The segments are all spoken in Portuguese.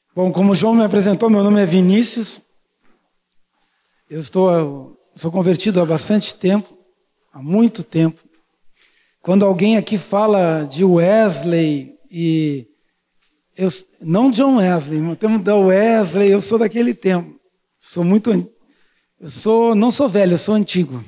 Bom, como o João me apresentou, meu nome é Vinícius. Eu sou convertido há bastante tempo, há muito tempo. Quando alguém aqui fala de Wesley não John Wesley, mas temos da Wesley, eu sou daquele tempo. Não sou velho, eu sou antigo.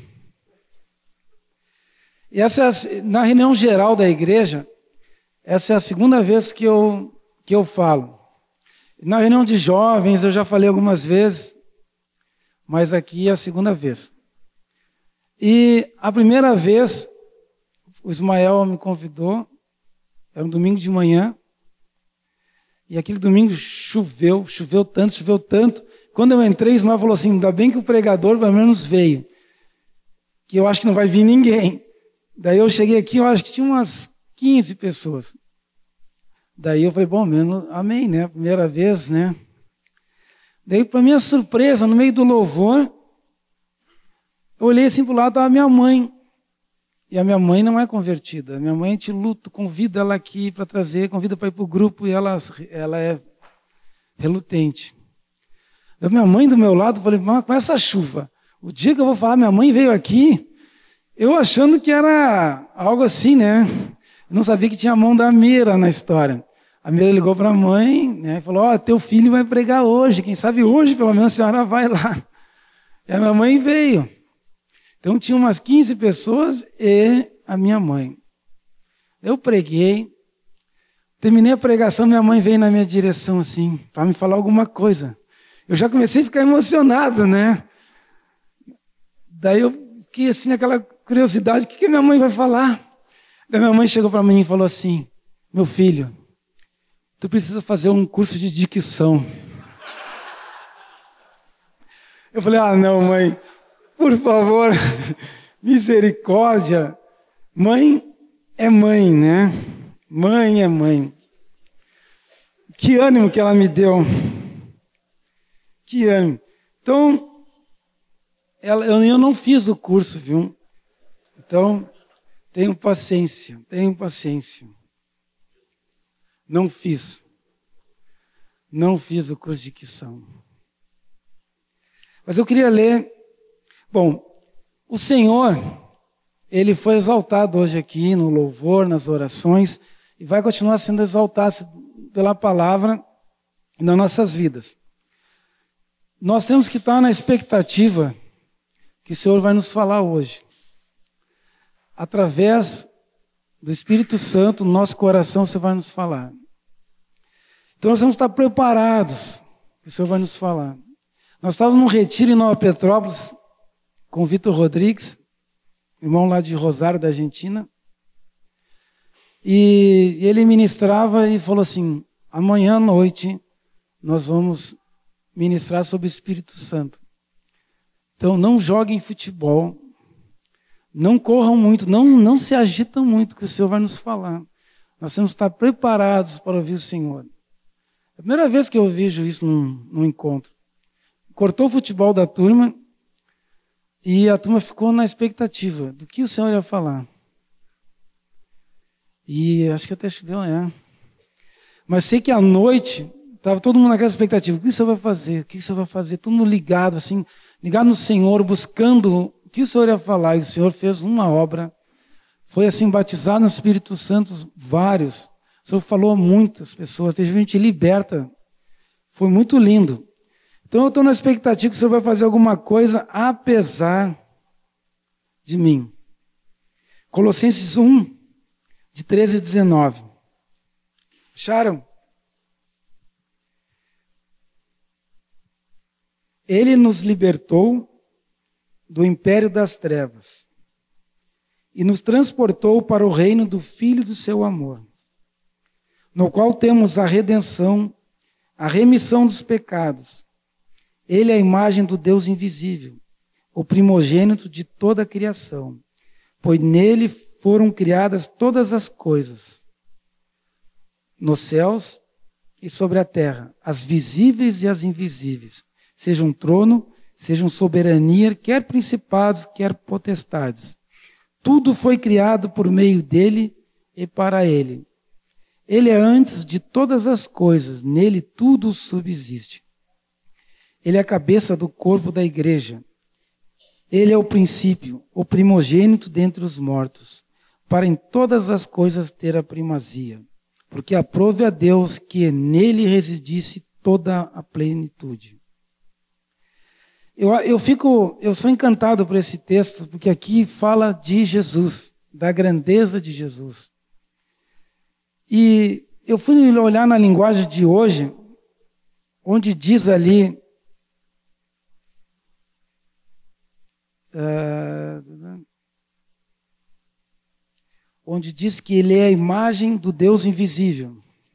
E na reunião geral da igreja, essa é a segunda vez que eu falo. Na reunião de jovens eu já falei algumas vezes, mas aqui é a segunda vez. E a primeira vez, o Ismael me convidou, era um domingo de manhã, e aquele domingo choveu tanto. Quando eu entrei, Ismael falou assim, ainda bem que o pregador pelo menos veio, que eu acho que não vai vir ninguém. Daí eu cheguei aqui, eu acho que tinha umas 15 pessoas. Daí eu falei, bom, menos, amém, né? Primeira vez, né? Daí, para minha surpresa, no meio do louvor, eu olhei assim para o lado, estava minha mãe. E a minha mãe não é convertida. A minha mãe, a gente luta, convida ela aqui para trazer, convida para ir para o grupo e ela é relutante. Daí, minha mãe do meu lado, eu falei, mas com essa chuva, o dia que eu vou falar, minha mãe veio aqui, eu achando que era algo assim, né? Eu não sabia que tinha a mão da Mira na história. A Mira ligou para a mãe, né, e falou, teu filho vai pregar hoje, quem sabe hoje pelo menos a senhora vai lá. E a minha mãe veio. Então tinha umas 15 pessoas e a minha mãe. Eu preguei, terminei a pregação, minha mãe veio na minha direção assim, para me falar alguma coisa. Eu já comecei a ficar emocionado, né? Daí eu fiquei assim naquela curiosidade, o que minha mãe vai falar? Daí minha mãe chegou para mim e falou assim, meu filho, tu precisa fazer um curso de dicção. Eu falei, não, mãe, por favor, misericórdia. Mãe é mãe, né? Mãe é mãe. Que ânimo que ela me deu. Que ânimo. Então, eu não fiz o curso, viu? Então, tenho paciência. Não fiz o curso de dicção. Mas eu queria ler. Bom, o Senhor, Ele foi exaltado hoje aqui no louvor, nas orações, e vai continuar sendo exaltado pela palavra nas nossas vidas. Nós temos que estar na expectativa que o Senhor vai nos falar hoje. Através do Espírito Santo, no nosso coração, o Senhor vai nos falar. Então nós temos que estar preparados, que o Senhor vai nos falar. Nós estávamos num retiro em Nova Petrópolis, com o Vitor Rodrigues, irmão lá de Rosário, da Argentina. E ele ministrava e falou assim, amanhã à noite nós vamos ministrar sobre o Espírito Santo. Então não joguem futebol, não corram muito, não se agitam muito, que o Senhor vai nos falar. Nós temos que estar preparados para ouvir o Senhor. É a primeira vez que eu vejo isso num encontro. Cortou o futebol da turma e a turma ficou na expectativa do que o Senhor ia falar. E acho que até choveu, Mas sei que à noite estava todo mundo naquela expectativa. O que o Senhor vai fazer? O que o Senhor vai fazer? Todo mundo ligado, assim, ligado no Senhor, buscando o que o Senhor ia falar. E o Senhor fez uma obra. Foi assim, batizado no Espírito Santo, vários. O Senhor falou a muitas pessoas, teve gente liberta. Foi muito lindo. Então eu estou na expectativa que o Senhor vai fazer alguma coisa apesar de mim. Colossenses 1, de 13 a 19. Acharam? Ele nos libertou do império das trevas e nos transportou para o reino do Filho do seu amor, no qual temos a redenção, a remissão dos pecados. Ele é a imagem do Deus invisível, o primogênito de toda a criação, pois nele foram criadas todas as coisas, nos céus e sobre a terra, as visíveis e as invisíveis, sejam trono, sejam soberania, quer principados, quer potestades. Tudo foi criado por meio dele e para ele. Ele é antes de todas as coisas, nele tudo subsiste. Ele é a cabeça do corpo da igreja. Ele é o princípio, o primogênito dentre os mortos, para em todas as coisas ter a primazia. Porque aprove a Deus que nele residisse toda a plenitude. Eu sou encantado por esse texto, porque aqui fala de Jesus, da grandeza de Jesus. E eu fui olhar na linguagem de hoje, onde diz ali, onde diz que ele é a imagem do Deus invisível.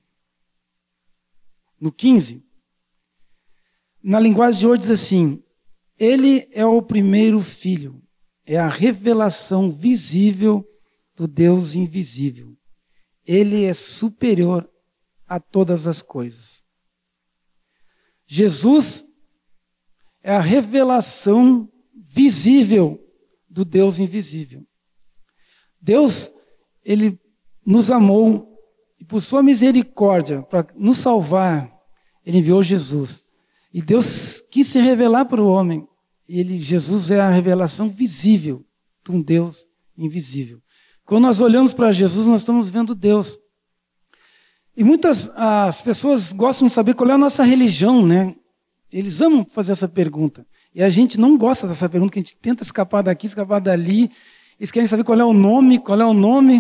No 15, na linguagem de hoje diz assim, ele é o primeiro filho, é a revelação visível do Deus invisível. Ele é superior a todas as coisas. Jesus é a revelação visível do Deus invisível. Deus, ele nos amou e por sua misericórdia, para nos salvar, ele enviou Jesus. E Deus quis se revelar para o homem. Jesus é a revelação visível de um Deus invisível. Quando nós olhamos para Jesus, nós estamos vendo Deus. E as pessoas gostam de saber qual é a nossa religião, né? Eles amam fazer essa pergunta. E a gente não gosta dessa pergunta, que a gente tenta escapar daqui, escapar dali. Eles querem saber qual é o nome. E qual é o nome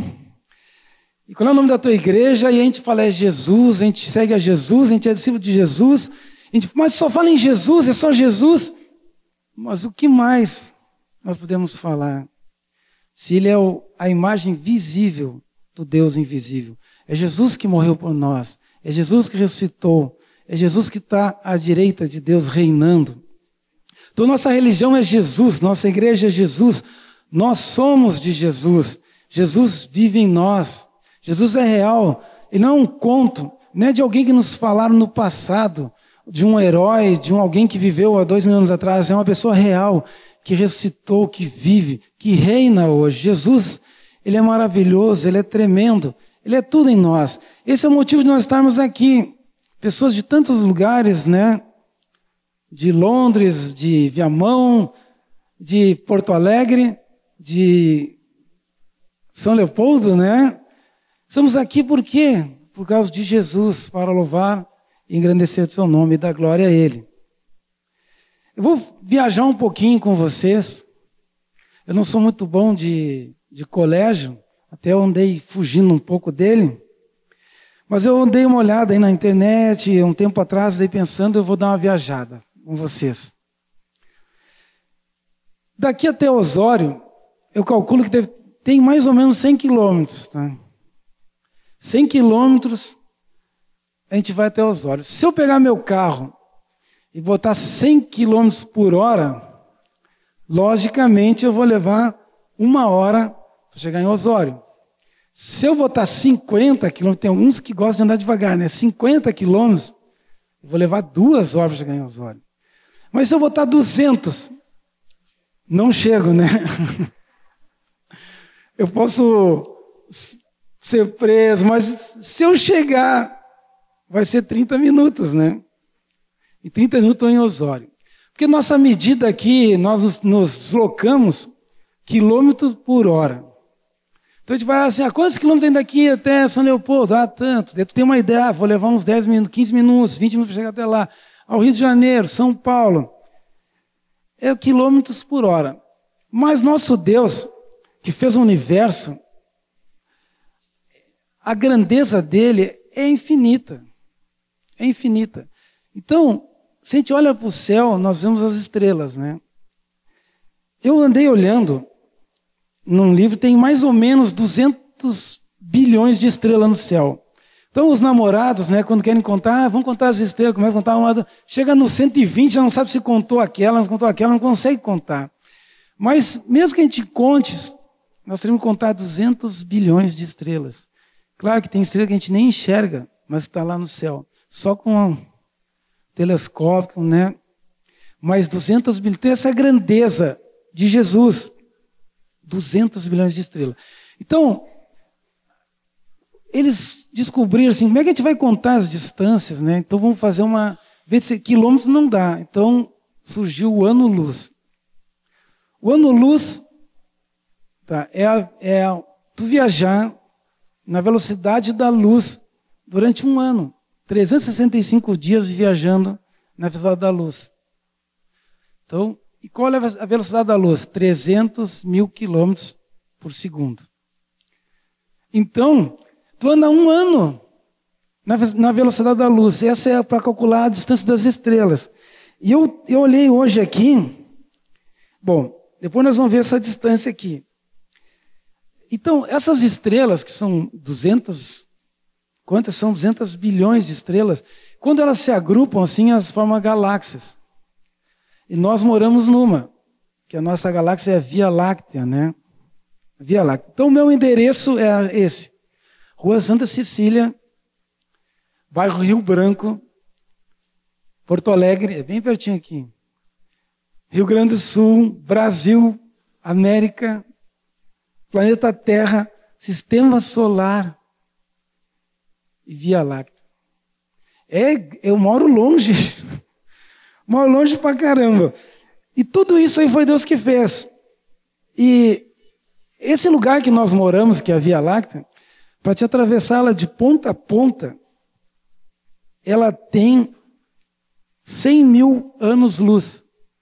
da tua igreja? E a gente fala, é Jesus, a gente segue a Jesus, a gente é discípulo de Jesus. Mas só fala em Jesus, é só Jesus. Mas o que mais nós podemos falar? Se ele é a imagem visível do Deus invisível. É Jesus que morreu por nós. É Jesus que ressuscitou. É Jesus que está à direita de Deus reinando. Então nossa religião é Jesus, nossa igreja é Jesus. Nós somos de Jesus. Jesus vive em nós. Jesus é real. Ele não é um conto, não é de alguém que nos falaram no passado, de um herói, de alguém que viveu há 2000 anos atrás. É uma pessoa real, que ressuscitou, que vive, que reina hoje. Jesus, ele é maravilhoso, ele é tremendo, ele é tudo em nós. Esse é o motivo de nós estarmos aqui. Pessoas de tantos lugares, né? De Londres, de Viamão, de Porto Alegre, de São Leopoldo, né? Estamos aqui por quê? Por causa de Jesus, para louvar e engrandecer o seu nome e dar glória a Ele. Eu vou viajar um pouquinho com vocês. Eu não sou muito bom de colégio, até eu andei fugindo um pouco dele. Mas eu dei uma olhada aí na internet, um tempo atrás, daí pensando, eu vou dar uma viajada com vocês. Daqui até Osório, eu calculo que tem mais ou menos 100 quilômetros, tá? 100 quilômetros, a gente vai até Osório. Se eu pegar meu carro e botar 100 quilômetros por hora, logicamente eu vou levar 1 hora para chegar em Osório. Se eu botar 50 quilômetros, tem alguns que gostam de andar devagar, né? 50 quilômetros, eu vou levar 2 horas para chegar em Osório. Mas se eu botar 200, não chego, né? Eu posso ser preso, mas se eu chegar, vai ser 30 minutos, né? E 30 minutos estou em Osório. Porque nossa medida aqui, nós nos deslocamos quilômetros por hora. Então a gente vai assim, quantos quilômetros tem daqui até São Leopoldo? Tanto. Daí tu tem uma ideia, vou levar uns 10 minutos, 15 minutos, 20 minutos para chegar até lá. Ao Rio de Janeiro, São Paulo. É quilômetros por hora. Mas nosso Deus, que fez o universo, a grandeza dele é infinita. É infinita. Então, se a gente olha para o céu, nós vemos as estrelas, né? Eu andei olhando, num livro tem mais ou menos 200 bilhões de estrelas no céu. Então os namorados, né, quando querem contar, vamos contar as estrelas, começam a contar uma, chega no 120, já não sabe se contou aquela, não contou aquela, não consegue contar. Mas mesmo que a gente conte, nós teríamos que contar 200 bilhões de estrelas. Claro que tem estrela que a gente nem enxerga, mas está lá no céu. Só com um telescópio, né? Mas 200 bilhões, tem essa grandeza de Jesus. 200 bilhões de estrelas. Então, eles descobriram assim, como é que a gente vai contar as distâncias, né? Então vamos fazer uma... Quilômetros não dá. Então surgiu o ano-luz. O ano-luz tá, tu viajar na velocidade da luz durante um ano. 365 dias viajando na velocidade da luz. Então, e qual é a velocidade da luz? 300 mil quilômetros por segundo. Então, tu anda um ano na velocidade da luz. Essa é para calcular a distância das estrelas. E eu olhei hoje aqui. Bom, depois nós vamos ver essa distância aqui. Então, essas estrelas, que são 200... Quantas são? 200 bilhões de estrelas. Quando elas se agrupam assim, elas formam galáxias. E nós moramos numa, que a nossa galáxia é a Via Láctea, né? Via Láctea. Então, o meu endereço é esse. Rua Santa Cecília, bairro Rio Branco, Porto Alegre, é bem pertinho aqui. Rio Grande do Sul, Brasil, América, planeta Terra, Sistema Solar e Via Láctea. Eu moro longe. Moro longe pra caramba. E tudo isso aí foi Deus que fez. E esse lugar que nós moramos, que é a Via Láctea, para te atravessá-la de ponta a ponta, ela tem 100 mil anos-luz.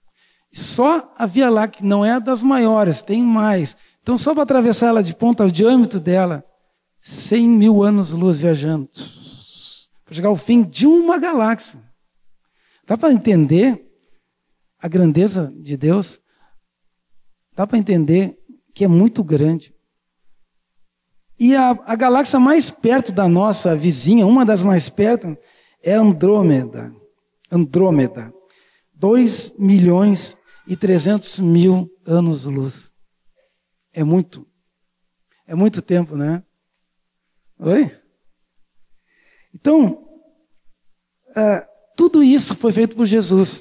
Só a Via Láctea não é a das maiores, tem mais. Então, só para atravessar ela de ponta, o diâmetro dela, 100 mil anos-luz viajando. Para chegar ao fim de uma galáxia. Dá para entender a grandeza de Deus? Dá para entender que é muito grande. E a galáxia mais perto da nossa vizinha, uma das mais perto, é Andrômeda. Andrômeda. 2.300.000 anos-luz. É muito tempo, né? Oi? Então, tudo isso foi feito por Jesus.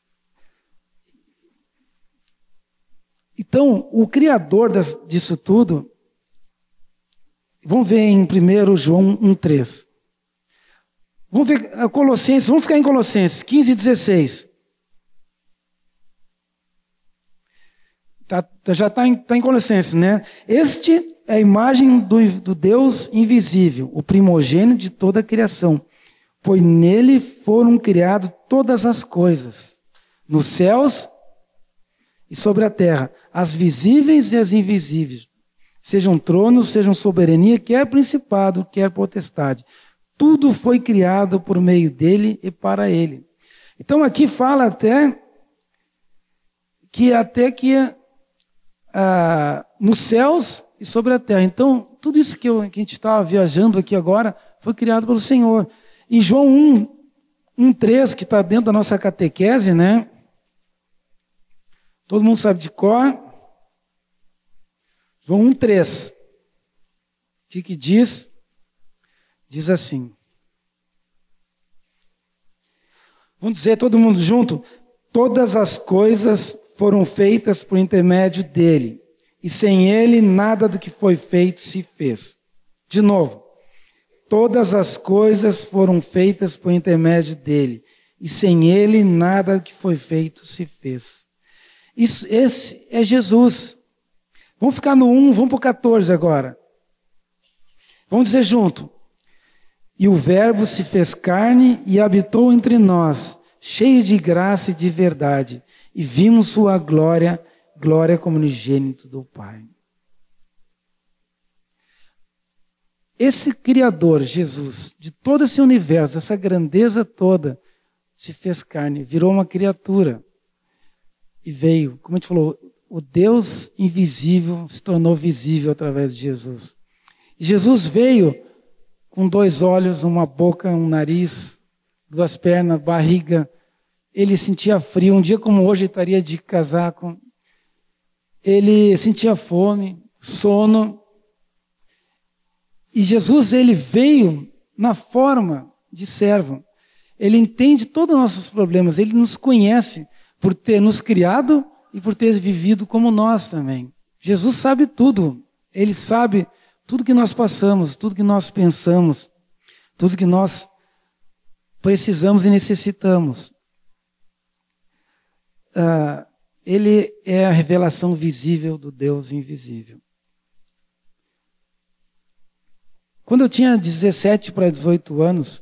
Então, o Criador disso tudo, vamos ver em 1 João 1,3. Vamos ver Colossenses, vamos ficar em Colossenses 15:16. Já está em Colossenses, né? Este é a imagem do Deus invisível, o primogênito de toda a criação, pois nele foram criadas todas as coisas, nos céus e sobre a terra, as visíveis e as invisíveis, sejam tronos, sejam soberania, quer principado, quer potestade. Tudo foi criado por meio dele e para ele. Então aqui fala até que nos céus e sobre a terra. Então, tudo isso que a gente está viajando aqui agora foi criado pelo Senhor. Em João 1:3, que está dentro da nossa catequese, né? Todo mundo sabe de cor. João 1:3. O que diz? Diz assim. Vamos dizer todo mundo junto? Todas as coisas foram feitas por intermédio dele, e sem ele nada do que foi feito se fez. De novo, todas as coisas foram feitas por intermédio dele, e sem ele nada do que foi feito se fez. Esse é Jesus. Vamos ficar no 1, vamos para o 14 agora. Vamos dizer junto. E o Verbo se fez carne e habitou entre nós, cheio de graça e de verdade, e vimos sua glória, glória como unigênito do Pai. Esse Criador, Jesus, de todo esse universo, essa grandeza toda, se fez carne, virou uma criatura. E veio, como a gente falou, o Deus invisível se tornou visível através de Jesus. E Jesus veio com 2 olhos, uma boca, um nariz, 2 pernas, barriga. Ele sentia frio, um dia como hoje ele estaria de casaco. Ele sentia fome, sono. E Jesus, ele veio na forma de servo. Ele entende todos os nossos problemas, ele nos conhece por ter nos criado e por ter vivido como nós também. Jesus sabe tudo. Ele sabe tudo que nós passamos, tudo que nós pensamos, tudo que nós precisamos e necessitamos, ele é a revelação visível do Deus invisível. Quando eu tinha 17 para 18 anos,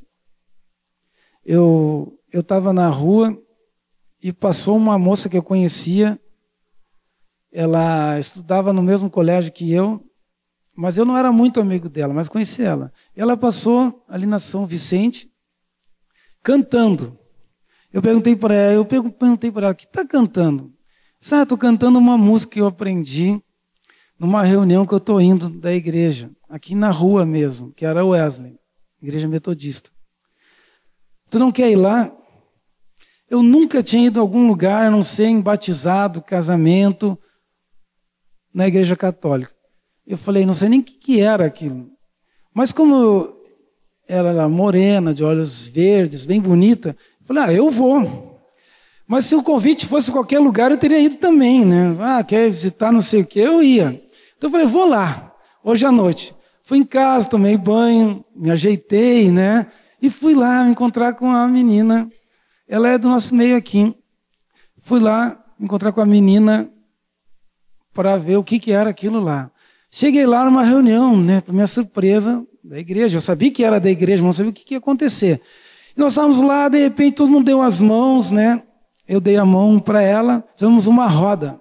eu estava na rua e passou uma moça que eu conhecia. Ela estudava no mesmo colégio que eu, mas eu não era muito amigo dela, mas conheci ela. Ela passou ali na São Vicente, cantando. Eu perguntei para ela, o que está cantando? Estou cantando uma música que eu aprendi numa reunião que eu estou indo da igreja, aqui na rua mesmo, que era Wesley, igreja metodista. Tu não quer ir lá? Eu nunca tinha ido a algum lugar, a não ser em batizado, casamento, na igreja católica. Eu falei, não sei nem o que era aquilo. Mas como ela era morena, de olhos verdes, bem bonita, eu falei, eu vou. Mas se o convite fosse qualquer lugar, eu teria ido também, né? Quer visitar não sei o quê, eu ia. Então eu falei, vou lá, hoje à noite. Fui em casa, tomei banho, me ajeitei, né? E fui lá me encontrar com a menina. Ela é do nosso meio aqui. Fui lá me encontrar com a menina para ver o que era aquilo lá. Cheguei lá numa reunião, né? Para minha surpresa, da igreja. Eu sabia que era da igreja, mas não sabia o que ia acontecer. E nós estávamos lá, de repente todo mundo deu as mãos, né? Eu dei a mão para ela, fizemos uma roda.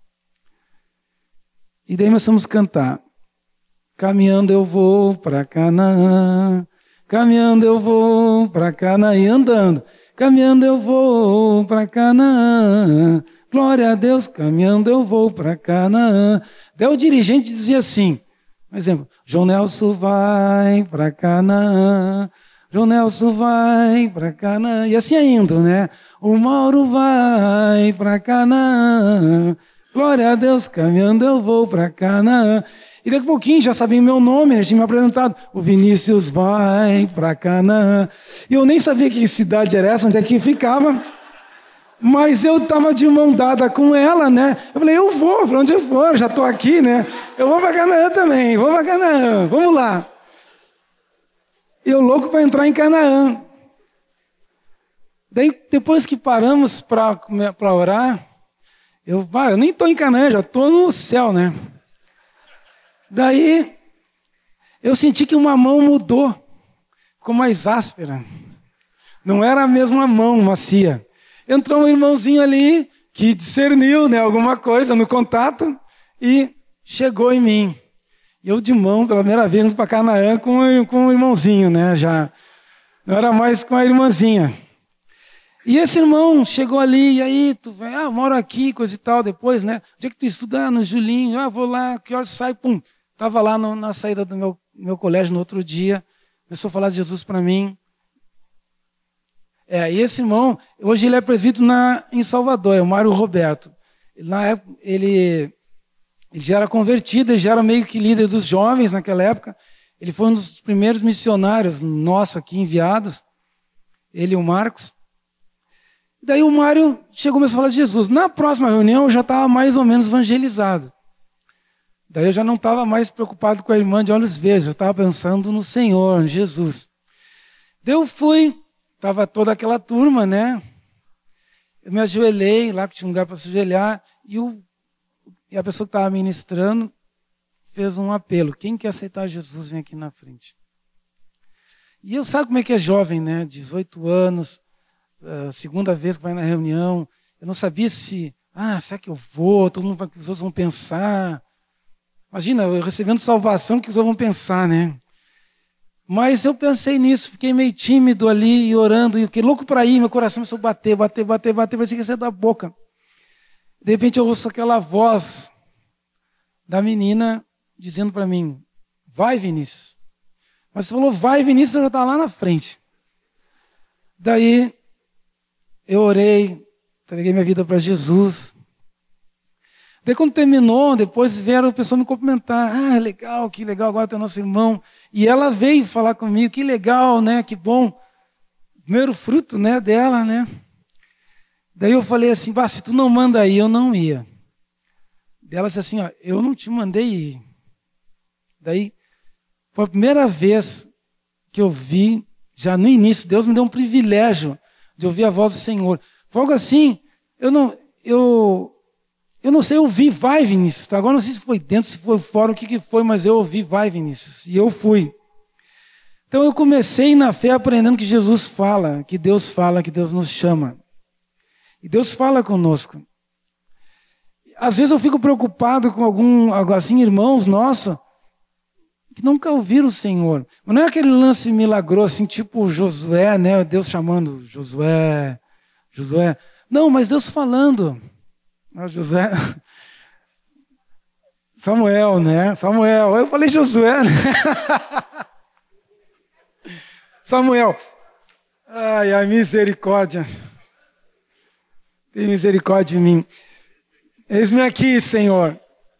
E daí nós vamos cantar. Caminhando eu vou para Canaã, caminhando eu vou para Canaã, e andando. Caminhando eu vou para Canaã, glória a Deus, caminhando eu vou para Canaã. Daí o dirigente dizia assim, por exemplo, João Nelson vai para Canaã, João Nelson vai para Canaã, e assim indo, né? O Mauro vai para Canaã, glória a Deus, caminhando eu vou para Canaã. E daqui a pouquinho já sabiam meu nome, né? Tinha me apresentado. O Vinícius vai para Canaã. E eu nem sabia que cidade era essa, onde é que ficava. Mas eu estava de mão dada com ela, né? Eu falei, eu vou, para onde eu for, já estou aqui, né? Eu vou para Canaã também, vou para Canaã, vamos lá. Eu louco para entrar em Canaã. Daí, depois que paramos para orar, eu nem estou em Canaã, já estou no céu, né? Daí, eu senti que uma mão mudou, ficou mais áspera. Não era a mesma mão macia. Entrou um irmãozinho ali que discerniu, né, alguma coisa no contato e chegou em mim. Eu de mão, pela primeira vez, indo para Canaã com o irmãozinho, né, já. Não era mais com a irmãzinha. E esse irmão chegou ali, e aí, tu vai, eu moro aqui, coisa e tal, depois, né? Onde é que tu estuda? No Julinho, vou lá, que horas sai? Pum. Estava lá na saída do meu colégio no outro dia, começou a falar de Jesus para mim. E esse irmão, hoje ele é presbítero em Salvador, é o Mário Roberto. Na época, ele já era convertido, ele já era meio que líder dos jovens naquela época. Ele foi um dos primeiros missionários nossos aqui enviados, ele e o Marcos. Daí o Mário chegou e começou a falar de Jesus. Na próxima reunião eu já estava mais ou menos evangelizado. Daí eu já não estava mais preocupado com a irmã de olhos verdes, eu estava pensando no Senhor, em Jesus. Daí eu fui, estava toda aquela turma, né? Eu me ajoelhei lá, que tinha um lugar para se ajoelhar, e a pessoa que estava ministrando fez um apelo. Quem quer aceitar Jesus, vem aqui na frente. E eu sabe como é que é jovem, né? 18 anos, segunda vez que vai na reunião. Eu não sabia será que eu vou? Todo mundo os outros vão pensar. Imagina, eu recebendo salvação, o que os outros vão pensar, né? Mas eu pensei nisso, fiquei meio tímido ali, e orando, e fiquei louco para ir, meu coração começou a bater, parecia que ia sair da boca. De repente eu ouço aquela voz da menina dizendo para mim, vai Vinícius. Mas você falou, vai Vinícius, eu já estava lá na frente. Daí eu orei, entreguei minha vida para Jesus. Daí quando terminou, depois vieram a pessoa me cumprimentar. Legal, que legal, agora tem o nosso irmão. E ela veio falar comigo, que legal, né, que bom. Primeiro fruto, né, dela, né. Daí eu falei assim, se tu não manda ir, eu não ia. Daí ela disse assim, eu não te mandei ir. Daí Foi a primeira vez que eu vi, já no início, Deus me deu um privilégio de ouvir a voz do Senhor. Foi algo assim, eu não sei, eu ouvi, vai, Vinícius. Tá? Agora não sei se foi dentro, se foi fora, o que foi, mas eu ouvi, vai, Vinícius. E eu fui. Então eu comecei na fé aprendendo que Jesus fala, que Deus nos chama. E Deus fala conosco. Às vezes eu fico preocupado com assim, irmãos nossos, que nunca ouviram o Senhor. Mas não é aquele lance milagroso, assim, tipo Josué, né? Deus chamando Josué. Não, mas Deus falando. Josué. Samuel, né? Samuel. Eu falei Josué, né? Samuel. Ai, misericórdia. Tem misericórdia de mim. Eis-me aqui, Senhor.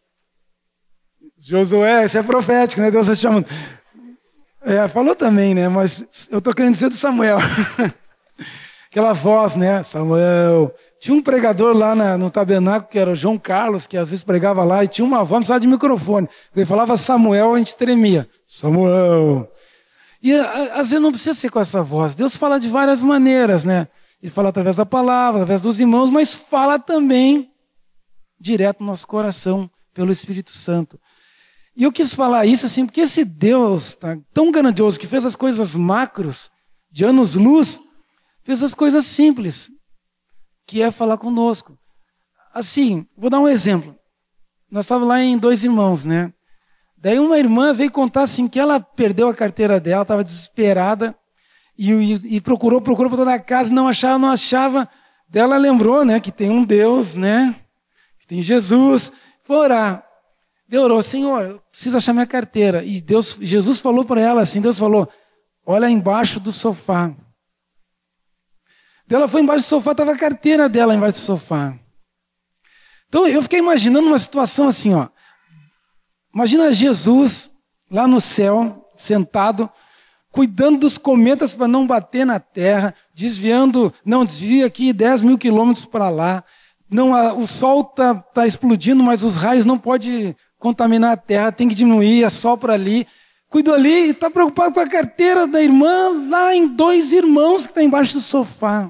Josué, isso é profético, né? Deus está te chamando. Falou também, né? Mas eu estou querendo dizer do Samuel. Aquela voz, né? Samuel. Tinha um pregador lá no tabernáculo, que era o João Carlos, que às vezes pregava lá, e tinha uma voz, não precisava de microfone. Ele falava Samuel, a gente tremia. Samuel. E às vezes não precisa ser com essa voz. Deus fala de várias maneiras, né? Ele fala através da palavra, através dos irmãos, mas fala também direto no nosso coração, pelo Espírito Santo. E eu quis falar isso assim, porque esse Deus tão grandioso, que fez as coisas macros, de anos-luz, fez as coisas simples, que é falar conosco. Assim, vou dar um exemplo. Nós estávamos lá em 2 irmãos, né? Daí uma irmã veio contar assim, que ela perdeu a carteira dela, estava desesperada, e procurou por toda a casa, não achava. Daí ela lembrou, né, que tem um Deus, né? Que tem Jesus. Foi orar. Deus orou, Senhor, eu preciso achar minha carteira. E Jesus falou para ela assim, Deus falou, olha embaixo do sofá. Daí ela foi embaixo do sofá, estava a carteira dela embaixo do sofá. Então eu fiquei imaginando uma situação assim, ó. Imagina Jesus lá no céu, sentado, cuidando dos cometas para não bater na terra, desvia aqui 10 mil quilômetros para lá. Não, o sol tá explodindo, mas os raios não podem contaminar a terra, tem que diminuir, assopra ali. Cuido ali e está preocupado com a carteira da irmã, lá em 2 irmãos que estão embaixo do sofá.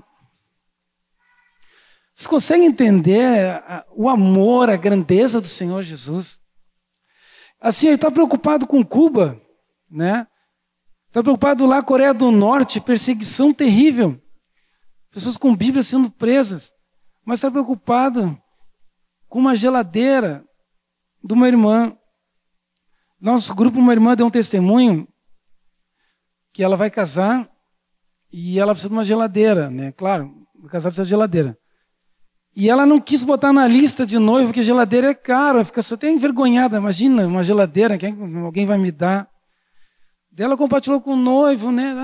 Vocês conseguem entender o amor, a grandeza do Senhor Jesus? Assim, ele está preocupado com Cuba, né? Está preocupado lá, Coreia do Norte, perseguição terrível. Pessoas com Bíblia sendo presas. Mas está preocupado com uma geladeira de uma irmã. Nosso grupo, uma irmã deu um testemunho que ela vai casar e ela precisa de uma geladeira, né? Claro, vai casar precisa de geladeira. E ela não quis botar na lista de noivo, porque geladeira é caro, ela fica só até envergonhada. Imagina, uma geladeira, que alguém vai me dar. Daí ela compartilhou com o noivo, né?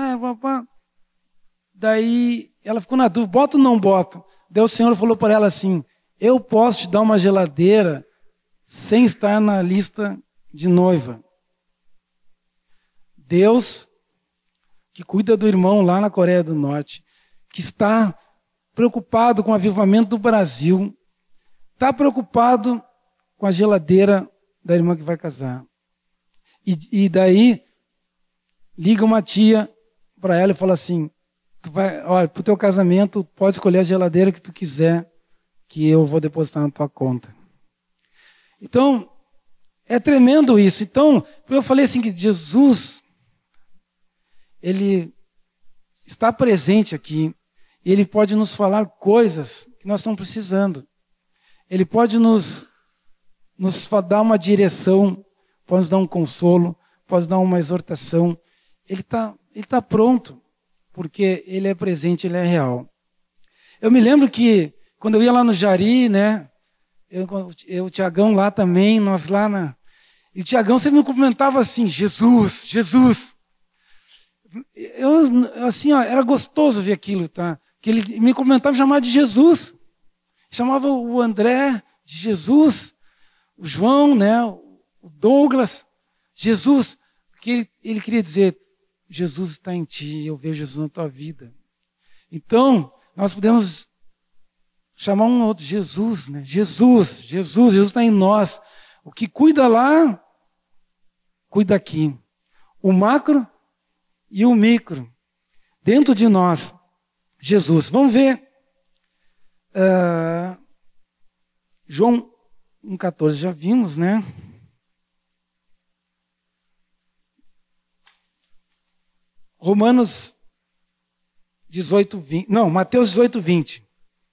Daí ela ficou na dúvida, boto ou não boto? Daí o Senhor falou para ela assim, eu posso te dar uma geladeira sem estar na lista de noiva. Deus, que cuida do irmão lá na Coreia do Norte, que está preocupado com o avivamento do Brasil, está preocupado com a geladeira da irmã que vai casar. E daí, liga uma tia para ela e fala assim, olha, para o teu casamento, pode escolher a geladeira que tu quiser, que eu vou depositar na tua conta. Então, é tremendo isso. Então, eu falei assim que Jesus, ele está presente aqui, e ele pode nos falar coisas que nós estamos precisando. Ele pode nos dar uma direção, pode nos dar um consolo, pode nos dar uma exortação. Ele tá pronto, porque ele é presente, ele é real. Eu me lembro que, quando eu ia lá no Jari, né, o Tiagão lá também, nós lá e o Tiagão sempre me cumprimentava assim, Jesus, Jesus. Eu, assim, ó, era gostoso ver aquilo, tá? Que ele me cumprimentava e chamava de Jesus. Chamava o André de Jesus, o João, né, o Douglas, Jesus. Porque ele queria dizer, Jesus está em ti, eu vejo Jesus na tua vida. Então, nós podemos chamar um outro Jesus, né? Jesus está em nós. O que cuida lá, cuida aqui. o macro e o micro. Dentro de nós, Jesus. Vamos ver. João 1,14, já vimos, né? Romanos 18, 20. Não, Mateus 18, 20.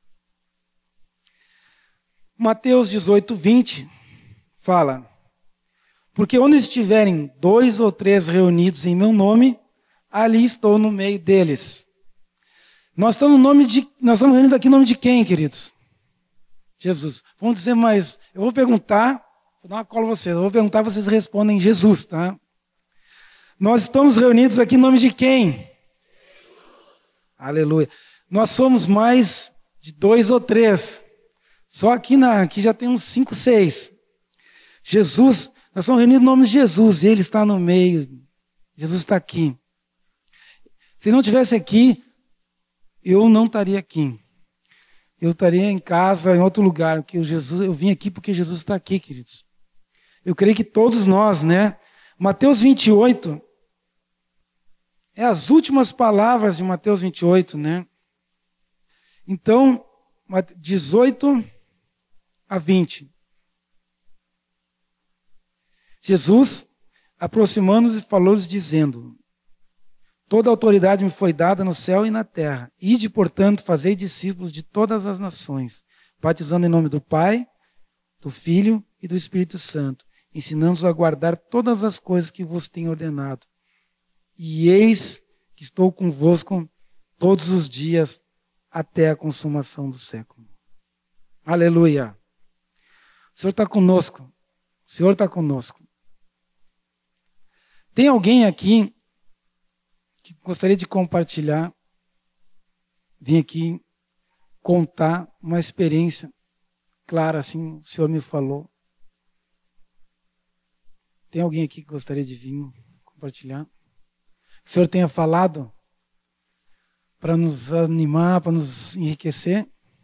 Mateus 18, 20 fala: porque onde estiverem 2 ou 3 reunidos em meu nome, ali estou no meio deles. Nós estamos reunidos aqui em nome de quem, queridos? Jesus. Vamos dizer mais. Eu vou perguntar, vou dar uma cola a vocês. Eu vou perguntar, vocês respondem Jesus, tá? Nós estamos reunidos aqui em nome de quem? Aleluia. Nós somos mais de 2 ou 3. Só aqui já tem uns 5, 6. Jesus, nós estamos reunidos em nome de Jesus. Ele está no meio. Jesus está aqui. Se não estivesse aqui, eu não estaria aqui. Eu estaria em casa, em outro lugar. Porque eu vim aqui porque Jesus está aqui, queridos. Eu creio que todos nós, né? Mateus 28, é as últimas palavras de Mateus 28, né? Então, 18 a 20. Jesus, aproximando-se, falou-lhes dizendo: toda autoridade me foi dada no céu e na terra. Ide, portanto, fazei discípulos de todas as nações, batizando em nome do Pai, do Filho e do Espírito Santo, ensinando-os a guardar todas as coisas que vos tenho ordenado. E eis que estou convosco todos os dias até a consumação do século. Aleluia. O Senhor está conosco. O Senhor está conosco. Tem alguém aqui que gostaria de compartilhar, vim aqui contar uma experiência clara, assim, o Senhor me falou. Tem alguém aqui que gostaria de vir compartilhar? O Senhor tenha falado para nos animar, para nos enriquecer?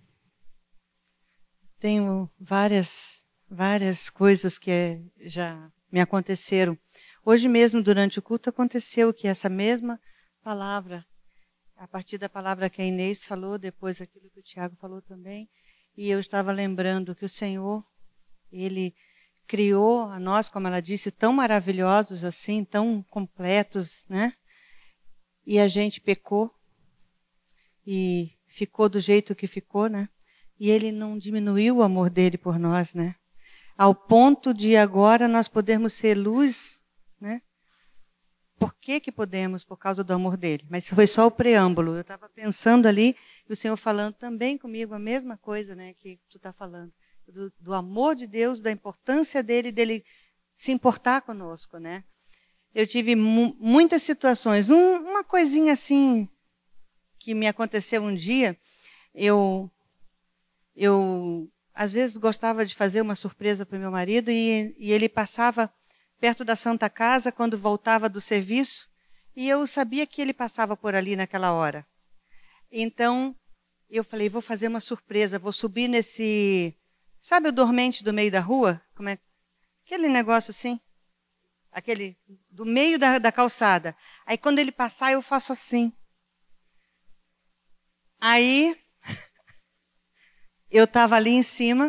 Tenho várias coisas que já me aconteceram. Hoje mesmo, durante o culto, aconteceu que essa mesma palavra, a partir da palavra que a Inês falou, depois aquilo que o Tiago falou também, e eu estava lembrando que o Senhor, Ele criou a nós, como ela disse, tão maravilhosos assim, tão completos, né? E a gente pecou e ficou do jeito que ficou, né? E Ele não diminuiu o amor dele por nós, né? Ao ponto de agora nós podermos ser luz, né? Por que podemos? Por causa do amor dele. Mas foi só o preâmbulo. Eu estava pensando ali, e o Senhor falando também comigo a mesma coisa, né, que tu está falando. Do amor de Deus, da importância dele se importar conosco, né? Eu tive muitas situações. Uma coisinha assim que me aconteceu um dia, eu às vezes gostava de fazer uma surpresa para o meu marido e ele passava perto da Santa Casa quando voltava do serviço e eu sabia que ele passava por ali naquela hora. Então, eu falei, vou fazer uma surpresa, vou subir nesse... Sabe o dormente do meio da rua? Como é? Aquele negócio assim. Aquele do meio da calçada. Aí quando ele passar, eu faço assim. Aí, eu estava ali em cima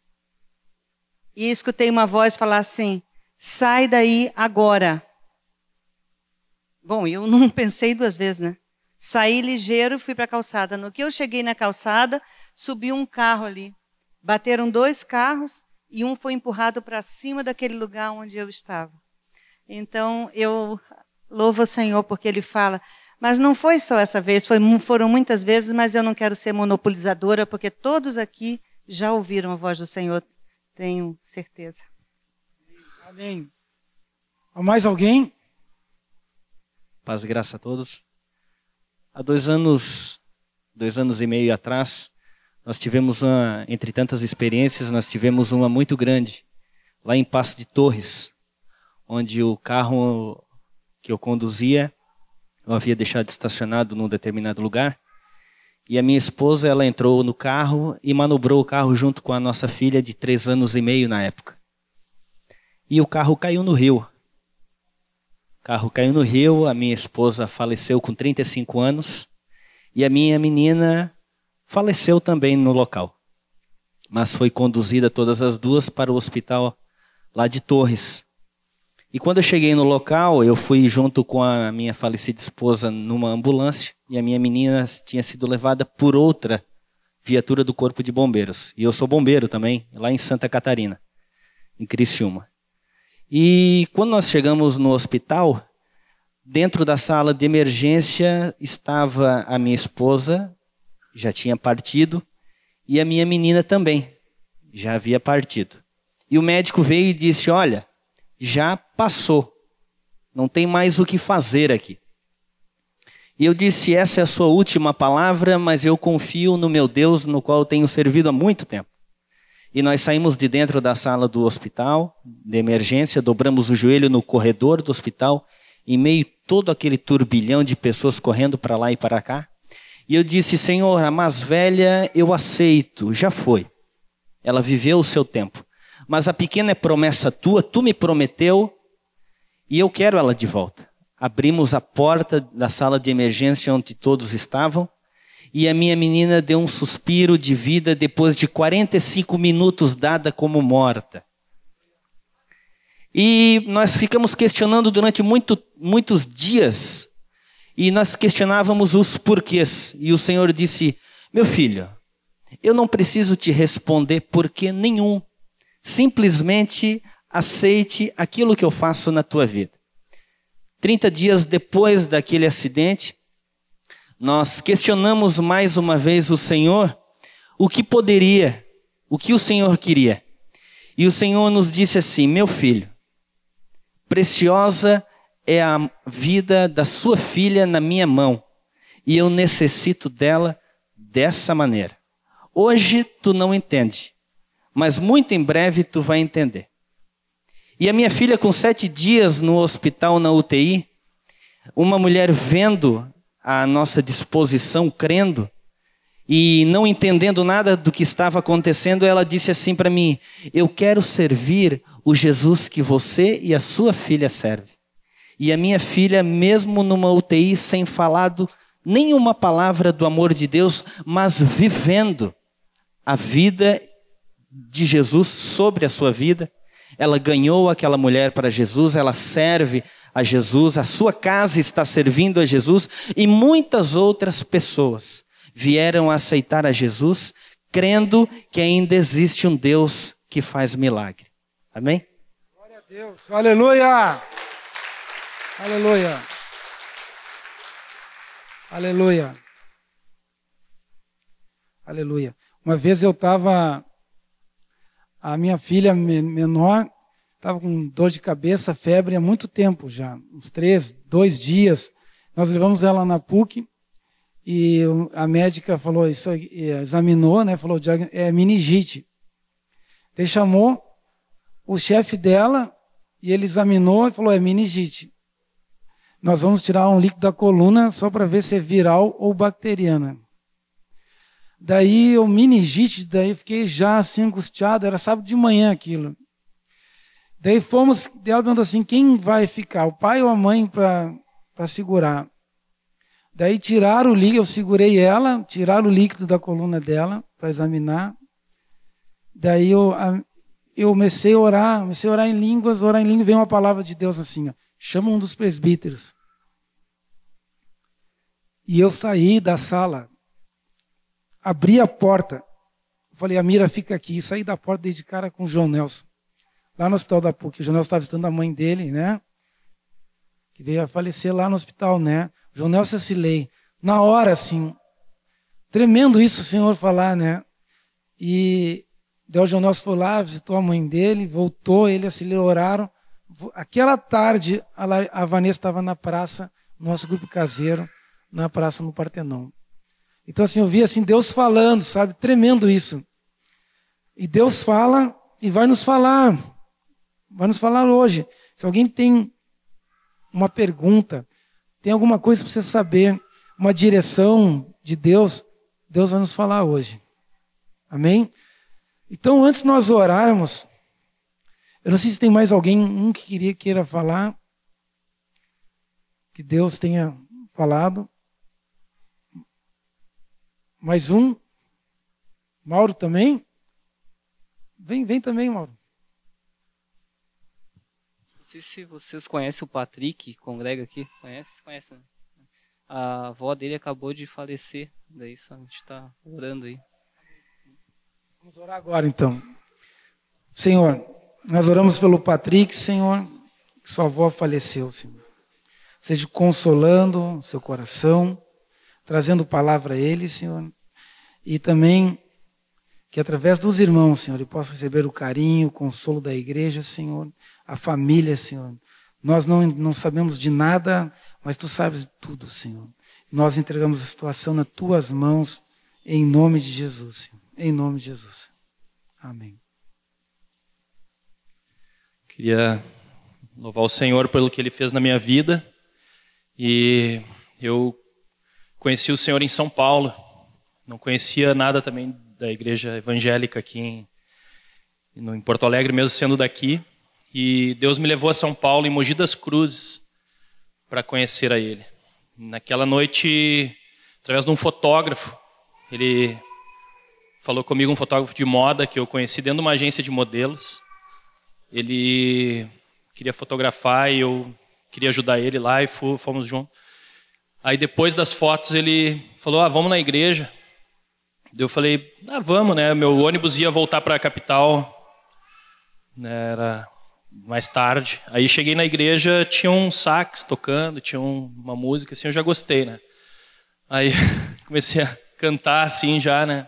e escutei uma voz falar assim, sai daí agora. Bom, eu não pensei 2 vezes, né? Saí ligeiro, fui para a calçada. No que eu cheguei na calçada, subiu um carro ali. Bateram 2 carros e um foi empurrado para cima daquele lugar onde eu estava. Então, eu louvo o Senhor porque Ele fala, mas não foi só essa vez, foram muitas vezes, mas eu não quero ser monopolizadora, porque todos aqui já ouviram a voz do Senhor, tenho certeza. Amém. Mais alguém? Paz e graça a todos. Há 2 anos e meio atrás, nós tivemos entre tantas experiências, nós tivemos uma muito grande, lá em Passo de Torres, onde o carro que eu conduzia, eu havia deixado estacionado num determinado lugar, e a minha esposa, ela entrou no carro e manobrou o carro junto com a nossa filha de 3 anos e meio na época. E o carro caiu no rio. O carro caiu no rio, a minha esposa faleceu com 35 anos e a minha menina faleceu também no local. Mas foi conduzida todas as duas para o hospital lá de Torres. E quando eu cheguei no local, eu fui junto com a minha falecida esposa numa ambulância e a minha menina tinha sido levada por outra viatura do Corpo de Bombeiros. E eu sou bombeiro também, lá em Santa Catarina, em Criciúma. E quando nós chegamos no hospital, dentro da sala de emergência estava a minha esposa, já tinha partido, e a minha menina também, já havia partido. E o médico veio e disse, olha, já passou, não tem mais o que fazer aqui. E eu disse, essa é a sua última palavra, mas eu confio no meu Deus, no qual eu tenho servido há muito tempo. E nós saímos de dentro da sala do hospital, de emergência, dobramos o joelho no corredor do hospital, em meio a todo aquele turbilhão de pessoas correndo para lá e para cá. E eu disse, Senhor, a mais velha eu aceito, já foi. Ela viveu o seu tempo. Mas a pequena é promessa tua, tu me prometeu, e eu quero ela de volta. Abrimos a porta da sala de emergência onde todos estavam, e a minha menina deu um suspiro de vida depois de 45 minutos dada como morta. E nós ficamos questionando durante muitos dias, e nós questionávamos os porquês. E o Senhor disse, meu filho, eu não preciso te responder porquê nenhum. Simplesmente aceite aquilo que eu faço na tua vida. 30 dias depois daquele acidente, nós questionamos mais uma vez o Senhor, o que o Senhor queria. E o Senhor nos disse assim, meu filho, preciosa é a vida da sua filha na minha mão, e eu necessito dela dessa maneira. Hoje tu não entende, mas muito em breve tu vai entender. E a minha filha com 7 dias no hospital na UTI, uma mulher vendo a nossa disposição, crendo, e não entendendo nada do que estava acontecendo, ela disse assim para mim, eu quero servir o Jesus que você e a sua filha servem. E a minha filha, mesmo numa UTI, sem falar nenhuma palavra do amor de Deus, mas vivendo a vida de Jesus sobre a sua vida, ela ganhou aquela mulher para Jesus, ela serve a Jesus, a sua casa está servindo a Jesus, e muitas outras pessoas vieram a aceitar a Jesus, crendo que ainda existe um Deus que faz milagre. Amém? Glória a Deus, aleluia! Aleluia! Aleluia! Aleluia! Uma vez eu estava... A minha filha menor estava com dor de cabeça, febre há muito tempo já, uns 2 dias. Nós levamos ela na PUC e a médica falou, examinou, né? Falou, é meningite. Ele chamou o chefe dela e ele examinou e falou, é meningite. Nós vamos tirar um líquido da coluna só para ver se é viral ou bacteriana. Daí o meningite, daí fiquei já assim angustiado, era sábado de manhã aquilo. Daí ela perguntou assim, quem vai ficar, o pai ou a mãe para segurar? Daí tiraram o líquido, eu segurei ela, tiraram o líquido da coluna dela para examinar. Daí eu comecei a orar em línguas, veio uma palavra de Deus assim, ó, chama um dos presbíteros. E eu saí da sala, abri a porta, falei, a Mira fica aqui, e saí da porta, dei de cara com o João Nelson, lá no hospital da PUC. O João Nelson estava visitando a mãe dele, né? Que veio a falecer lá no hospital, né? O João Nelson Silei. Na hora, assim, tremendo isso o Senhor falar, né? E daí o João Nelson foi lá, visitou a mãe dele, voltou, ele e a Silei oraram. Aquela tarde, a Vanessa estava na praça, nosso grupo caseiro, na praça no Partenon. Então, assim, eu vi assim, Deus falando, sabe? Tremendo isso. E Deus fala e vai nos falar hoje. Se alguém tem uma pergunta, tem alguma coisa para você saber, uma direção de Deus, Deus vai nos falar hoje. Amém? Então, antes de nós orarmos, eu não sei se tem mais alguém que queira falar. que Deus tenha falado. Mais um. Mauro também? Vem também, Mauro. Não sei se vocês conhecem o Patrick, congrega aqui. Conhece, né? A avó dele acabou de falecer. Daí só a gente está orando aí. Vamos orar agora, então. Senhor, nós oramos pelo Patrick, Senhor, que sua avó faleceu, Senhor. Seja consolando seu coração, trazendo palavra a ele, Senhor. E também que através dos irmãos, Senhor, ele possa receber o carinho, o consolo da igreja, Senhor. A família, Senhor. Nós não sabemos de nada, mas Tu sabes de tudo, Senhor. Nós entregamos a situação nas Tuas mãos, em nome de Jesus, Senhor. Em nome de Jesus. Amém. Queria louvar o Senhor pelo que Ele fez na minha vida. E eu conheci o Senhor em São Paulo. Não conhecia nada também da igreja evangélica aqui em Porto Alegre, mesmo sendo daqui. E Deus me levou a São Paulo, em Mogi das Cruzes, para conhecer a Ele. Naquela noite, através de um fotógrafo, ele falou comigo, um fotógrafo de moda que eu conheci dentro de uma agência de modelos. Ele queria fotografar e eu queria ajudar ele lá e fomos juntos. Aí depois das fotos ele falou, vamos na igreja. Eu falei, vamos, né? Meu ônibus ia voltar para a capital, né? Era mais tarde. Aí cheguei na igreja, tinha um sax tocando, tinha uma música, assim, eu já gostei, né? Aí comecei a cantar assim já, né?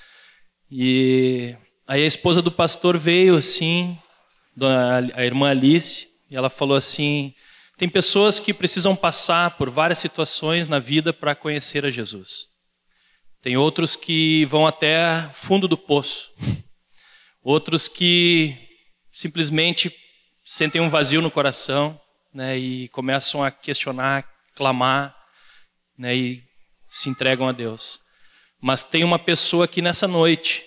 E aí a esposa do pastor veio assim, a irmã Alice, e ela falou assim, tem pessoas que precisam passar por várias situações na vida para conhecer a Jesus. Tem outros que vão até fundo do poço. Outros que simplesmente sentem um vazio no coração, né, e começam a questionar, clamar, né, e se entregam a Deus. Mas tem uma pessoa aqui nessa noite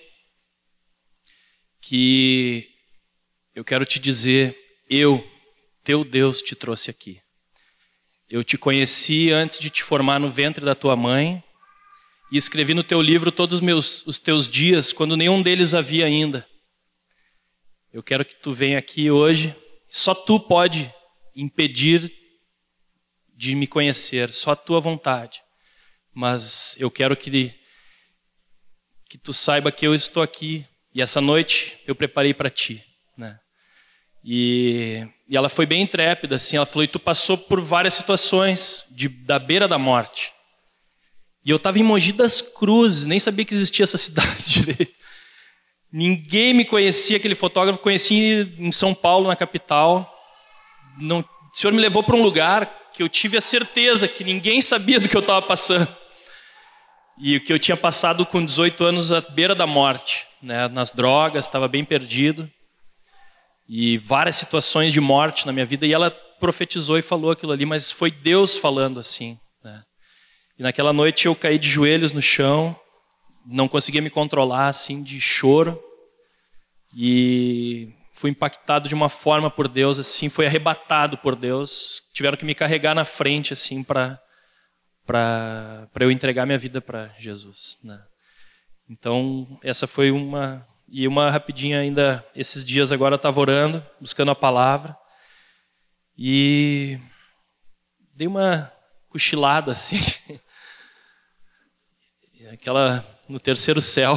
que eu quero te dizer, teu Deus te trouxe aqui. Eu te conheci antes de te formar no ventre da tua mãe e escrevi no teu livro todos os teus dias, quando nenhum deles havia ainda. Eu quero que tu venha aqui hoje. Só tu pode impedir de me conhecer, só a tua vontade. Mas eu quero que tu saiba que eu estou aqui. E essa noite eu preparei para ti, né? E ela foi bem intrépida, assim. Ela falou, e tu passou por várias situações da beira da morte. E eu estava em Mogi das Cruzes, nem sabia que existia essa cidade direito. Ninguém me conhecia, aquele fotógrafo conheci em São Paulo, na capital. O Senhor me levou para um lugar que eu tive a certeza que ninguém sabia do que eu estava passando. E que eu tinha passado com 18 anos à beira da morte, né? Nas drogas, estava bem perdido. E várias situações de morte na minha vida. E ela profetizou e falou aquilo ali, mas foi Deus falando assim, né? E naquela noite eu caí de joelhos no chão, não conseguia me controlar, assim, de choro. E fui impactado de uma forma por Deus, assim, fui arrebatado por Deus. Tiveram que me carregar na frente, assim, para eu entregar minha vida para Jesus, né? Então, essa foi uma... E uma rapidinha ainda, esses dias agora eu estava orando, buscando a palavra. E dei uma cochilada, assim. Aquela no terceiro céu.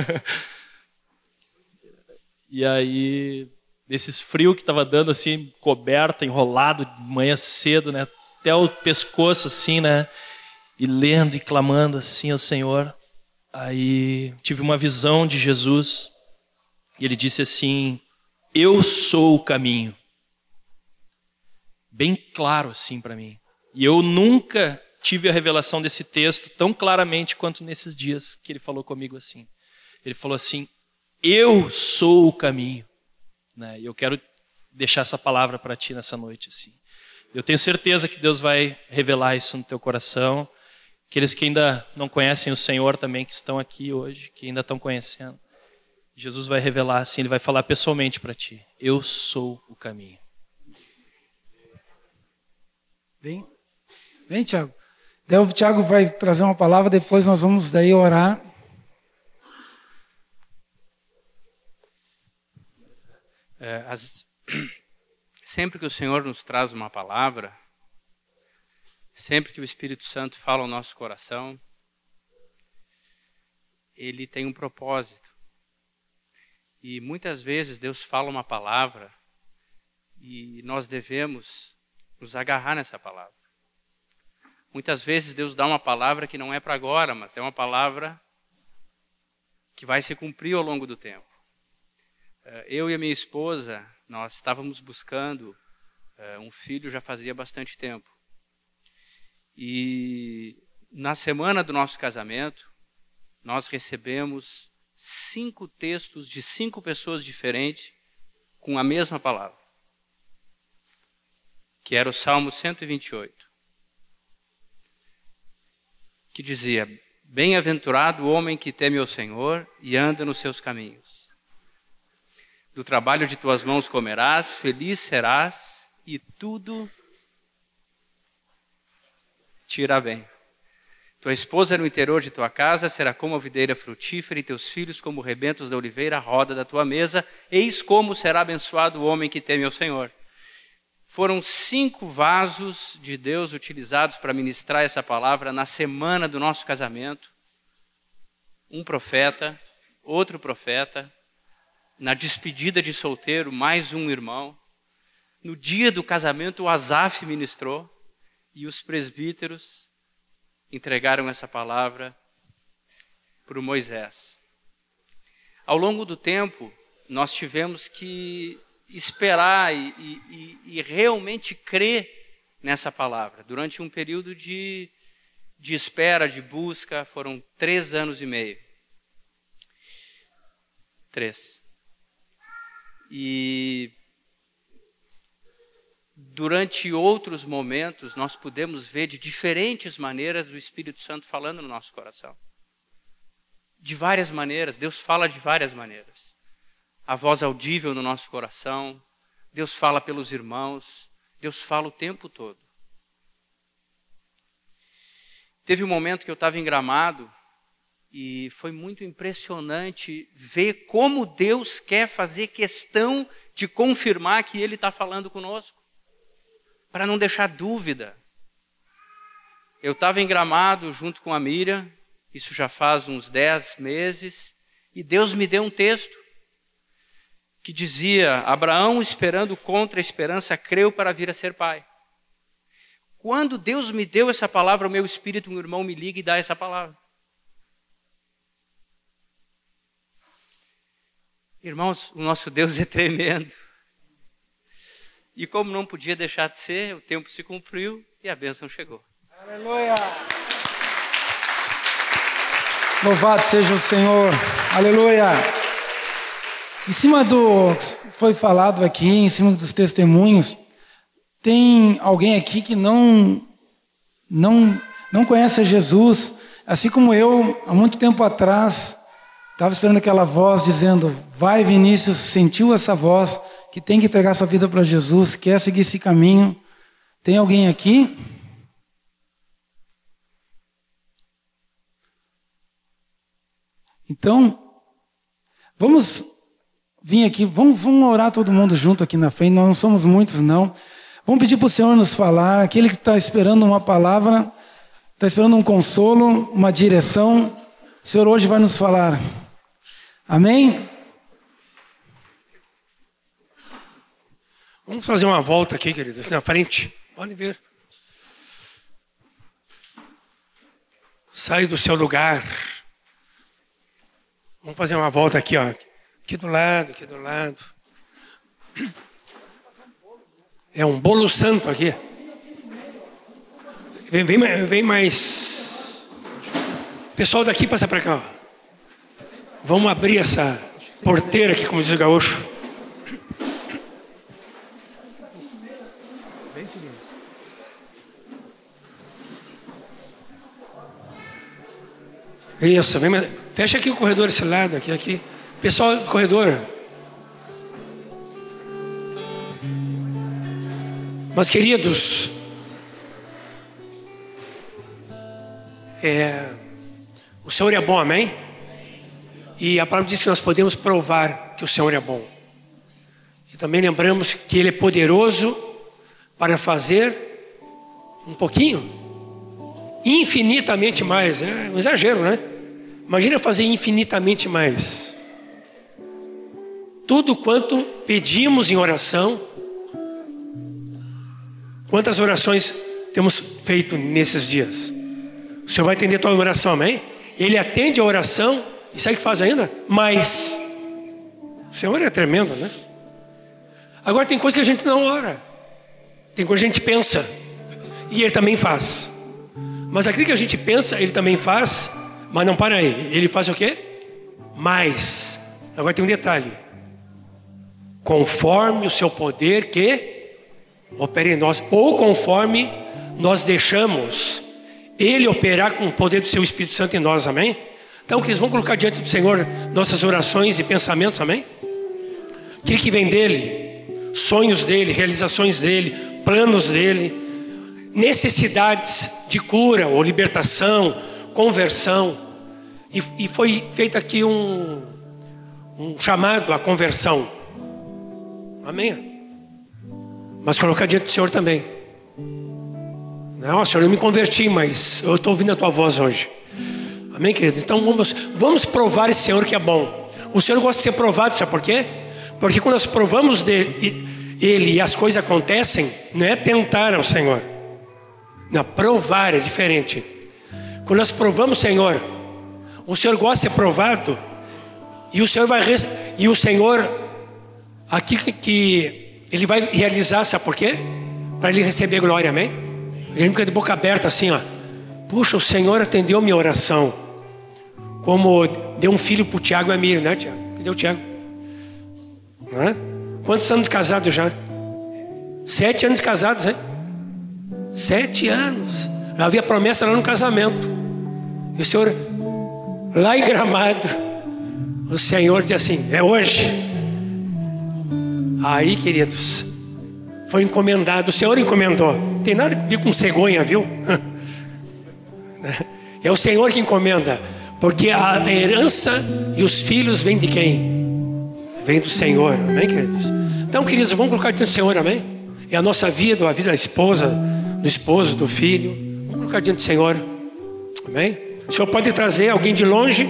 E aí, nesses frios que estava dando, assim, coberta, enrolado, de manhã cedo, né? Até o pescoço, assim, né? E lendo e clamando, assim, ao Senhor. Aí tive uma visão de Jesus. E ele disse assim, eu sou o caminho. Bem claro, assim, para mim. E eu nunca tive a revelação desse texto tão claramente quanto nesses dias que ele falou comigo assim. Ele falou assim, eu sou o caminho, né? E eu quero deixar essa palavra para ti nessa noite, assim. Eu tenho certeza que Deus vai revelar isso no teu coração. Aqueles que ainda não conhecem o Senhor também, que estão aqui hoje, que ainda estão conhecendo. Jesus vai revelar assim, ele vai falar pessoalmente para ti. Eu sou o caminho. Bem, Vem, Tiago. Daí o Tiago vai trazer uma palavra, depois nós vamos daí orar. Sempre que o Senhor nos traz uma palavra, sempre que o Espírito Santo fala ao nosso coração, ele tem um propósito. E muitas vezes Deus fala uma palavra e nós devemos nos agarrar nessa palavra. Muitas vezes Deus dá uma palavra que não é para agora, mas é uma palavra que vai se cumprir ao longo do tempo. Eu e a minha esposa, nós estávamos buscando um filho já fazia bastante tempo. E na semana do nosso casamento, nós recebemos 5 textos de 5 pessoas diferentes com a mesma palavra, que era o Salmo 128, que dizia: bem-aventurado o homem que teme ao Senhor e anda nos seus caminhos. Do trabalho de tuas mãos comerás, feliz serás e tudo te irá bem. Tua esposa no interior de tua casa será como a videira frutífera e teus filhos como rebentos da oliveira à roda da tua mesa. Eis como será abençoado o homem que teme ao Senhor. Foram 5 vasos de Deus utilizados para ministrar essa palavra na semana do nosso casamento. Um profeta, outro profeta, na despedida de solteiro, mais um irmão. No dia do casamento, o Asaf ministrou e os presbíteros entregaram essa palavra para o Moisés. Ao longo do tempo, nós tivemos que esperar e realmente crer nessa palavra. Durante um período de espera, de busca, foram 3 anos e meio. 3. E durante outros momentos, nós pudemos ver de diferentes maneiras o Espírito Santo falando no nosso coração. De várias maneiras, Deus fala de várias maneiras. A voz audível no nosso coração, Deus fala pelos irmãos, Deus fala o tempo todo. Teve um momento que eu estava em Gramado e foi muito impressionante ver como Deus quer fazer questão de confirmar que Ele está falando conosco, para não deixar dúvida. Eu estava em Gramado junto com a Miriam, isso já faz uns 10 meses, e Deus me deu um texto que dizia: Abraão, esperando contra a esperança, creu para vir a ser pai. Quando Deus me deu essa palavra, o meu espírito, um irmão, me liga e dá essa palavra. Irmãos, o nosso Deus é tremendo. E como não podia deixar de ser, o tempo se cumpriu e a bênção chegou. Aleluia! Louvado seja o Senhor. Aleluia! Em cima do que foi falado aqui, em cima dos testemunhos, tem alguém aqui que não conhece Jesus, assim como eu, há muito tempo atrás, estava esperando aquela voz dizendo: vai, Vinícius, sentiu essa voz, que tem que entregar sua vida para Jesus, quer seguir esse caminho. Tem alguém aqui? Então, vamos vir aqui, vamos orar todo mundo junto aqui na frente, nós não somos muitos não. Vamos pedir para o Senhor nos falar, aquele que está esperando uma palavra, está esperando um consolo, uma direção, o Senhor hoje vai nos falar. Amém? Vamos fazer uma volta aqui, querido, aqui na frente. Pode ver. Sai do seu lugar. Vamos fazer uma volta aqui, ó. Aqui do lado, aqui do lado. É um bolo santo aqui. Vem mais. Pessoal daqui, passa para cá, ó. Vamos abrir essa porteira aqui, como diz o gaúcho. Isso, vem mais. Fecha aqui o corredor, esse lado, aqui. Pessoal do corredor. Mas, queridos, O Senhor é bom, amém? E a palavra diz que nós podemos provar que o Senhor é bom. E também lembramos que Ele é poderoso para fazer um pouquinho, infinitamente mais. É um exagero, né? Imagina fazer infinitamente mais. Tudo quanto pedimos em oração. Quantas orações temos feito nesses dias? O Senhor vai atender a tua oração, amém? Ele atende a oração e sabe o que faz ainda? Mas o Senhor é tremendo, né? Agora tem coisa que a gente não ora. Tem coisa que a gente pensa e Ele também faz. Mas aquilo que a gente pensa, Ele também faz. Mas não para aí. Ele faz o quê? Mais. Agora tem um detalhe. Conforme o seu poder que opera em nós. Ou conforme nós deixamos Ele operar com o poder do seu Espírito Santo em nós, amém? Então, que eles vão colocar diante do Senhor nossas orações e pensamentos, amém? Aquilo que vem dEle, sonhos dEle, realizações dEle, planos dEle, necessidades de cura ou libertação, conversão. E foi feito aqui um chamado à conversão, amém? Mas colocar diante do Senhor também. Não, Senhor, eu me converti, mas eu estou ouvindo a tua voz hoje. Amém, querido? Então vamos provar esse Senhor que é bom. O Senhor gosta de ser provado, sabe por quê? Porque quando nós provamos Ele e as coisas acontecem, não é tentar ao Senhor. Não, provar é diferente. Quando nós provamos o Senhor gosta de ser provado. E o Senhor aqui que Ele vai realizar, sabe por quê? Para Ele receber glória, amém? Ele fica de boca aberta assim, ó. Puxa, o Senhor atendeu minha oração. Como deu um filho para o Tiago e a Miriam, né, Tiago? Cadê o Tiago? Não é? Quantos anos de casado já? 7 anos de casados, hein? 7 anos. Já havia promessa lá no casamento. E o Senhor, lá em Gramado, o Senhor diz assim, é hoje. Aí, queridos, foi encomendado, o Senhor encomendou. Não tem nada a ver com cegonha, viu? É o Senhor que encomenda. Porque a herança e os filhos vêm de quem? Vem do Senhor, amém, queridos? Então, queridos, vamos colocar diante do Senhor, amém? É a nossa vida, a vida da esposa, do esposo, do filho. Vamos colocar diante do Senhor, amém? O Senhor pode trazer alguém de longe?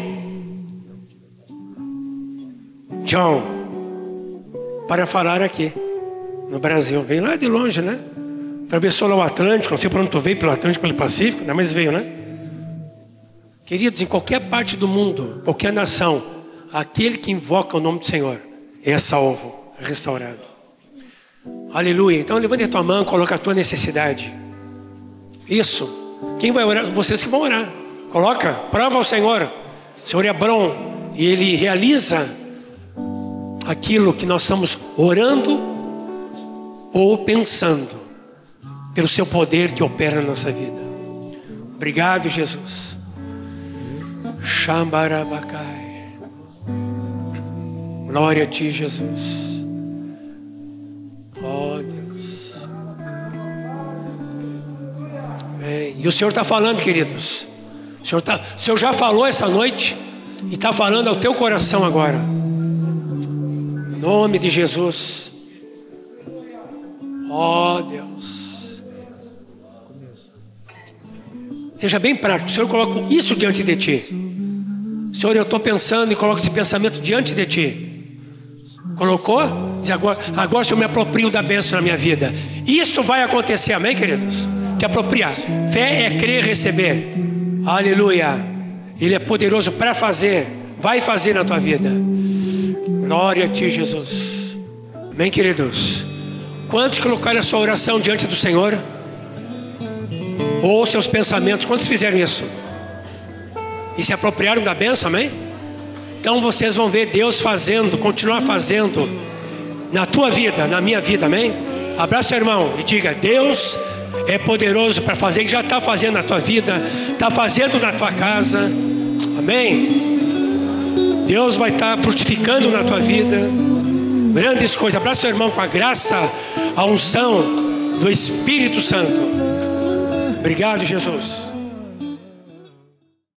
John, para falar aqui no Brasil. Vem lá de longe, né? Atravessou lá o Atlântico, não sei por onde tu veio, pelo Atlântico, pelo Pacífico, né? Mas veio, né? Queridos, em qualquer parte do mundo, qualquer nação, aquele que invoca o nome do Senhor é salvo, é restaurado. Aleluia. Então levante a tua mão, coloca a tua necessidade. Isso. Quem vai orar? Vocês que vão orar. Coloca, prova ao Senhor. O Senhor é bom e Ele realiza aquilo que nós estamos orando ou pensando pelo seu poder que opera na nossa vida. Obrigado, Jesus. Xambarabacai. Glória a Ti, Jesus. Oh, Deus. Amém. E o Senhor está falando, queridos. O Senhor já falou essa noite e está falando ao teu coração agora. Em nome de Jesus. Oh, Deus. Seja bem prático. O Senhor coloca isso diante de Ti. Senhor, eu estou pensando e coloco esse pensamento diante de Ti. Colocou? Diz agora o Senhor me aproprio da bênção na minha vida. Isso vai acontecer, amém, queridos? Te apropriar. Fé é crer e receber. Aleluia. Ele é poderoso para fazer. Vai fazer na tua vida. Glória a Ti, Jesus. Amém, queridos? Quantos colocaram a sua oração diante do Senhor? Ou seus pensamentos? Quantos fizeram isso? E se apropriaram da bênção, amém? Então vocês vão ver Deus fazendo, continuar fazendo na tua vida, na minha vida, amém? Abraça seu irmão e diga: Deus é poderoso para fazer, que já está fazendo na tua vida, está fazendo na tua casa, amém? Deus vai estar frutificando na tua vida grandes coisas. Abraça seu irmão com a graça, a unção do Espírito Santo. Obrigado, Jesus.